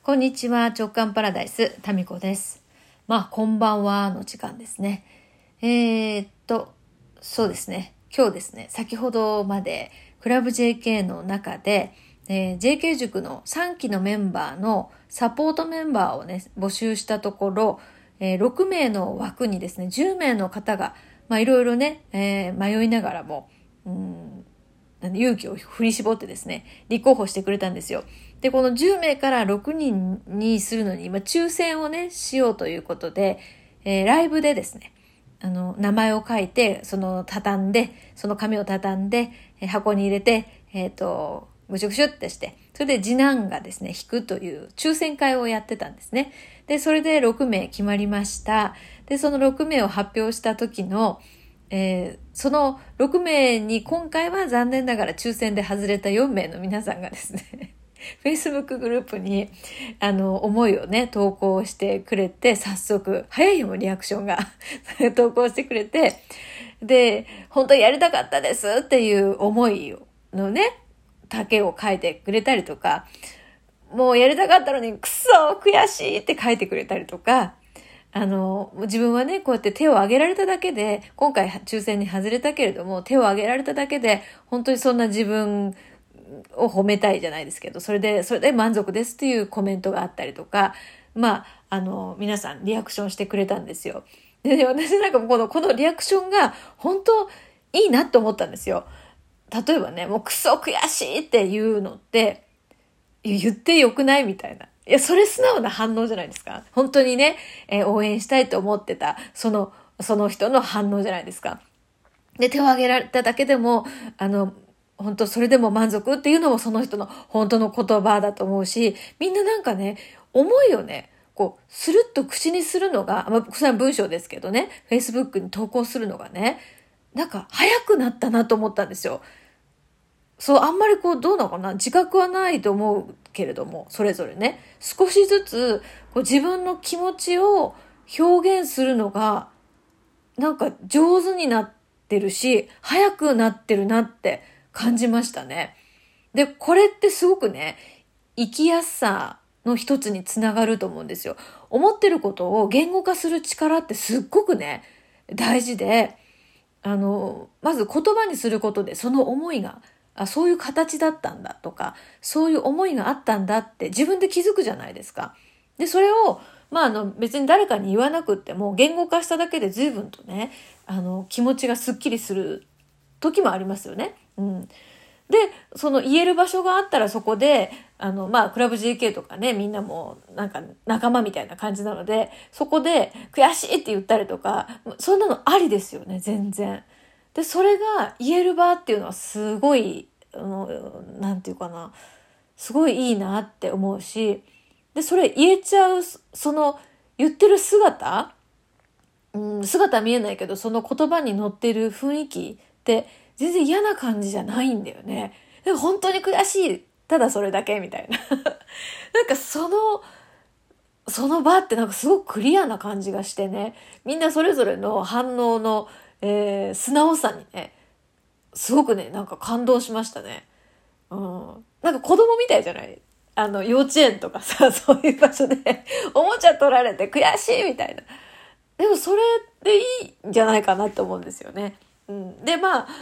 こんにちは、直感パラダイス、タミコです。こんばんはの時間ですね。そうですね。今日ですね、先ほどまでクラブ JK の中で、JK 塾の3期のメンバーのサポートメンバーをね、募集したところ、6名の枠にですね、10名の方が、いろいろね、迷いながらも、勇気を振り絞ってですね、立候補してくれたんですよ。で、この10名から6人にするのに、抽選をね、しようということで、ライブでですね、名前を書いて、その紙を畳んで、箱に入れて、ぐしゅぐしゅってして、それで次男がですね、引くという抽選会をやってたんですね。で、それで6名決まりました。で、その6名を発表した時の、その6名に今回は残念ながら抽選で外れた4名の皆さんがですね、Facebook グループに思いをね、投稿してくれて、早速、早いもリアクションが投稿してくれて、で、本当にやりたかったですっていう思いのね、丈を書いてくれたりとか、もうやりたかったのにくそ悔しいって書いてくれたりとか、自分はね、こうやって手を挙げられただけで、今回抽選に外れたけれども、手を挙げられただけで、本当にそんな自分を褒めたいじゃないですけど、それで満足ですっていうコメントがあったりとか、皆さんリアクションしてくれたんですよ。で、私なんかこのリアクションが本当いいなと思ったんですよ。例えばね、もうクソ悔しいっていうのって、言ってよくないみたいな。いや、それ素直な反応じゃないですか。本当にね、応援したいと思ってた、その人の反応じゃないですか。で、手を挙げられただけでも、本当それでも満足っていうのもその人の本当の言葉だと思うし、みんななんかね、思いをね、スルッと口にするのが、それは文章ですけどね、Facebook に投稿するのがね、なんか早くなったなと思ったんですよ。そう、あんまりどうなのかな、自覚はないと思うけれども、それぞれね、少しずつ自分の気持ちを表現するのが、なんか上手になってるし、早くなってるなって感じましたね。で、これってすごくね、生きやすさの一つにつながると思うんですよ。思ってることを言語化する力ってすっごくね、大事で、まず言葉にすることでその思いが、そういう形だったんだとか、そういう思いがあったんだって自分で気づくじゃないですか。で、それを、別に誰かに言わなくっても言語化しただけで随分とね、気持ちがスッキリする時もありますよね。うん。で、その言える場所があったらそこで、クラブ JK とかね、みんなもなんか仲間みたいな感じなので、そこで悔しいって言ったりとか、そんなのありですよね、全然。で、それが言える場っていうのはすごい、なんていうかな、すごいいいなって思うし、で、それ言えちゃう、言ってる姿、姿見えないけど、その言葉に乗ってる雰囲気って全然嫌な感じじゃないんだよね。でも本当に悔しい。ただそれだけみたいな。なんかその場ってなんかすごくクリアな感じがしてね。みんなそれぞれの反応の、素直さにね、すごくね、なんか感動しましたね。なんか子供みたいじゃない？幼稚園とかさ、そういう場所でおもちゃ取られて悔しいみたいな。でもそれでいいんじゃないかなと思うんですよね。で、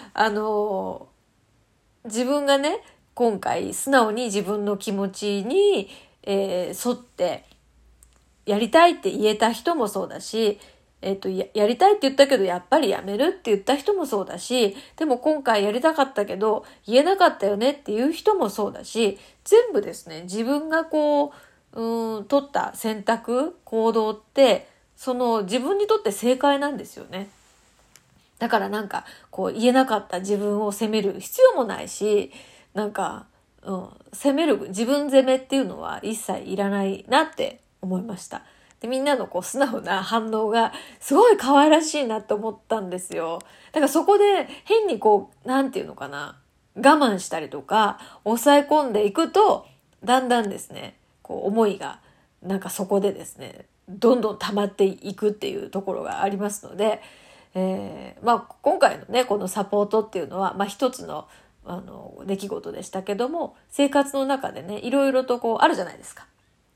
自分がね、今回素直に自分の気持ちに、沿ってやりたいって言えた人もそうだし、やりたいって言ったけどやっぱりやめるって言った人もそうだし、でも今回やりたかったけど言えなかったよねっていう人もそうだし、全部ですね、自分が取った選択、行動って、自分にとって正解なんですよね。だからなんか言えなかった自分を責める必要もないし、なんか、責める自分責めっていうのは一切いらないなって思いました。で、みんなの素直な反応がすごい可愛らしいなと思ったんですよ。だからそこで変になんていうのかな、我慢したりとか抑え込んでいくと、だんだんですね、思いがなんかそこでですね、どんどん溜まっていくっていうところがありますので、今回のね、このサポートっていうのは、一つの出来事でしたけども、生活の中でね、いろいろとあるじゃないですか。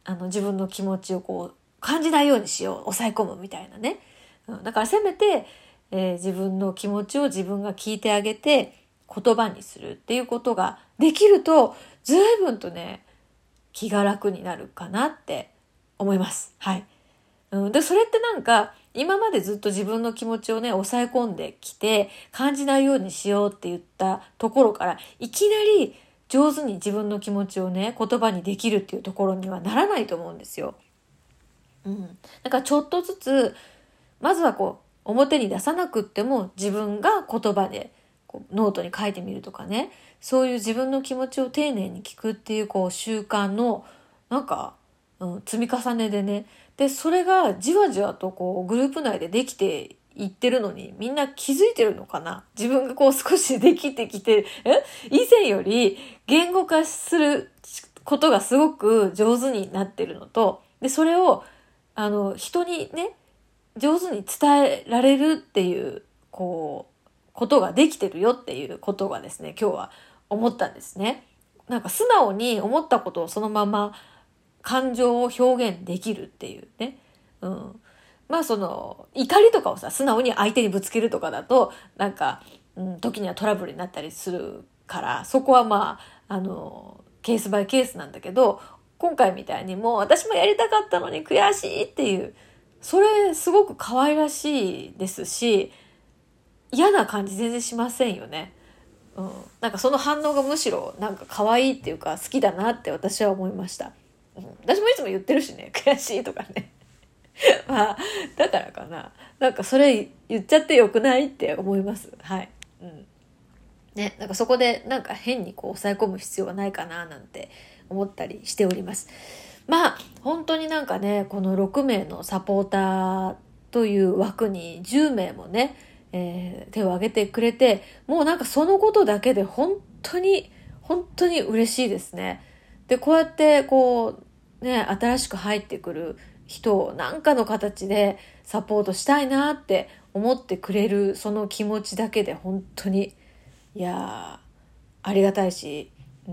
自分の気持ちをこう感じないようにしよう、抑え込むみたいなね。だからせめて、自分の気持ちを自分が聞いてあげて言葉にするっていうことができると、随分とね、気が楽になるかなって思います。はい。で、それってなんか、今までずっと自分の気持ちをね、抑え込んできて、感じないようにしようって言ったところから、いきなり上手に自分の気持ちをね、言葉にできるっていうところにはならないと思うんですよ。だからちょっとずつ、まずはこう、表に出さなくっても自分が言葉でこうノートに書いてみるとかね、そういう自分の気持ちを丁寧に聞くっていうこう習慣のなんか、積み重ねでね、でそれがじわじわとこうグループ内でできていってるのにみんな気づいてるのかな。自分がこう少しできてきて、以前より言語化することがすごく上手になってるのと、でそれを人にね上手に伝えられるっていうことができてるよっていうことがですね、今日は思ったんですね。なんか素直に思ったことをそのまま感情を表現できるっていうね。まあその怒りとかをさ素直に相手にぶつけるとかだとなんか、時にはトラブルになったりするから、そこはまあケースバイケースなんだけど、今回みたいにもう私もやりたかったのに悔しいっていう、それすごく可愛らしいですし、嫌な感じ全然しませんよね。なんかその反応がむしろなんか可愛いっていうか好きだなって私は思いました。私もいつも言ってるしね、悔しいとかね。まあだからかな、なんかそれ言っちゃってよくないって思います。はい。ね、なんかそこでなんか変にこう抑え込む必要はないかななんて思ったりしております。まあ本当になんかね、この6名のサポーターという枠に10名もね、手を挙げてくれて、もうなんかそのことだけで本当に嬉しいですね。でこうやってこうね、新しく入ってくる人を何かの形でサポートしたいなって思ってくれるその気持ちだけで本当にありがたいし、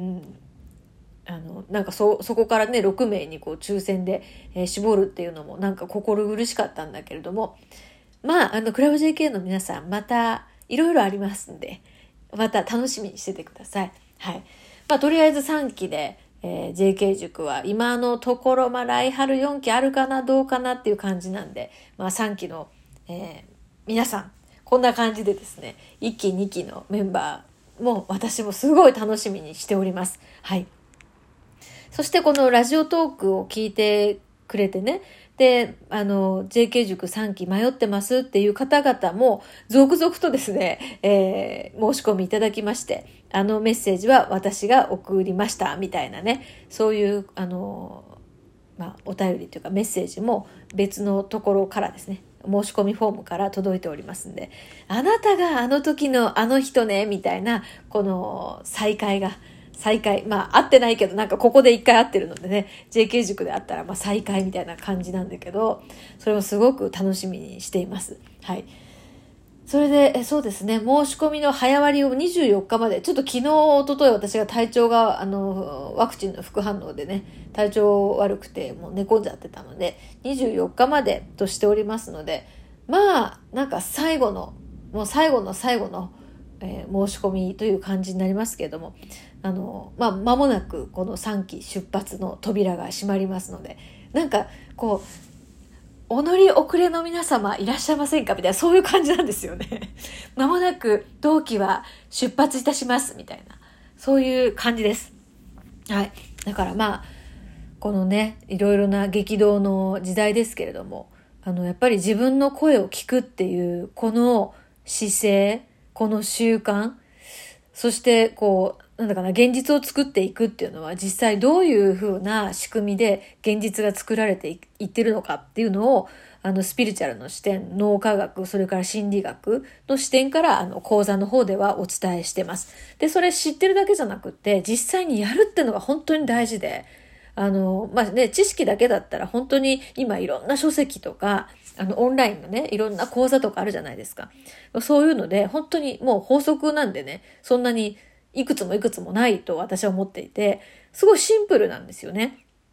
なんかそこからね6名にこう抽選で、絞るっていうのもなんか心苦しかったんだけれども、まあクラブ JK の皆さんまたいろいろありますんで、また楽しみにしててください。はい。まあとりあえず3期で、JK 塾は今のところ来春4期あるかなどうかなっていう感じなんで、3期の、皆さんこんな感じでですね、1期2期のメンバーも私もすごい楽しみにしております。はい。そしてこのラジオトークを聞いてくれてね、で、JK 塾3期迷ってますっていう方々も続々とですね、申し込みいただきまして、メッセージは私が送りましたみたいなね、そういうお便りというかメッセージも別のところからですね、申し込みフォームから届いておりますんで、あなたがあの時のあの人ねみたいなこの再会、会ってないけどなんかここで一回会ってるのでね、 JK 塾で会ったら再会みたいな感じなんだけど、それもすごく楽しみにしています。はい。それでそうですね、申し込みの早割りを24日まで、ちょっと昨日一昨日私が体調がワクチンの副反応でね体調悪くてもう寝込んじゃってたので24日までとしておりますので、なんか最後の申し込みという感じになりますけれども、間もなくこの3期出発の扉が閉まりますので、なんかこうお乗り遅れの皆様いらっしゃいませんかみたいな、そういう感じなんですよね。間もなく同期は出発いたしますみたいな、そういう感じです。はい。だからこのね、いろいろな激動の時代ですけれども、やっぱり自分の声を聞くっていうこの姿勢、この習慣、そして現実を作っていくっていうのは実際どういうふうな仕組みで現実が作られていってるのかっていうのをスピリチュアルの視点、脳科学、それから心理学の視点から講座の方ではお伝えしてます。で、それ知ってるだけじゃなくって実際にやるっていうのが本当に大事で、知識だけだったら本当に今いろんな書籍とかオンラインのねいろんな講座とかあるじゃないですか。そういうので本当にもう法則なんでね、そんなにいくつもないと私は思っていて、すごいシンプルなんですよね。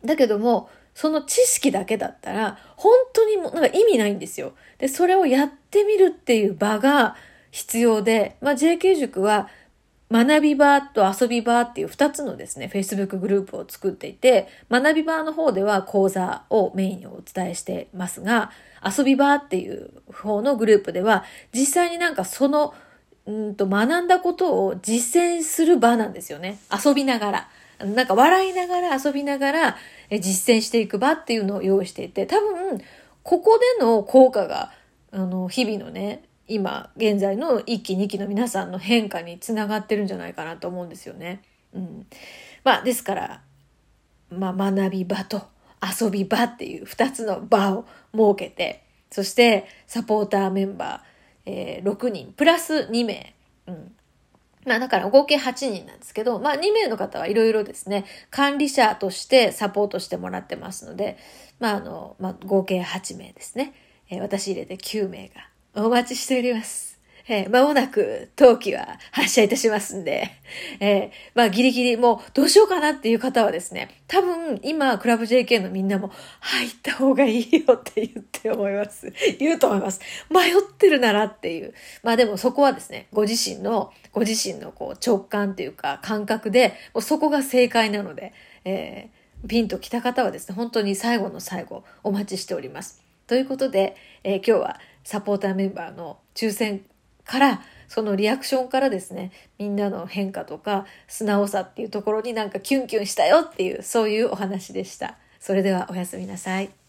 だけども、その知識だけだったら、本当にもうなんか意味ないんですよ。で、それをやってみるっていう場が必要で、JK 塾は学び場と遊び場っていう2つのですね、Facebook グループを作っていて、学び場の方では講座をメインにお伝えしてますが、遊び場っていう方のグループでは、実際になんかその、学んだことを実践する場なんですよね。遊びながら。なんか笑いながら遊びながら実践していく場っていうのを用意していて、多分ここでの効果が日々のね、今現在の1期2期の皆さんの変化につながってるんじゃないかなと思うんですよね。ですから、学び場と遊び場っていう2つの場を設けて、そしてサポーターメンバー、6人プラス2名、だから合計8人なんですけど、2名の方はいろいろですね、管理者としてサポートしてもらってますので、合計8名ですね。私入れて9名がお待ちしております。間もなく当期は発射いたしますんで、ギリギリもうどうしようかなっていう方はですね、多分今クラブ JK のみんなも入った方がいいよって言って思います。言うと思います。迷ってるならっていう。でもそこはですね、ご自身のこう直感というか感覚で、もうそこが正解なので、ピンと来た方はですね、本当に最後の最後お待ちしております。ということで、今日はサポーターメンバーの抽選からそのリアクションからですね、みんなの変化とか素直さっていうところになんかキュンキュンしたよっていう、そういうお話でした。それではおやすみなさい。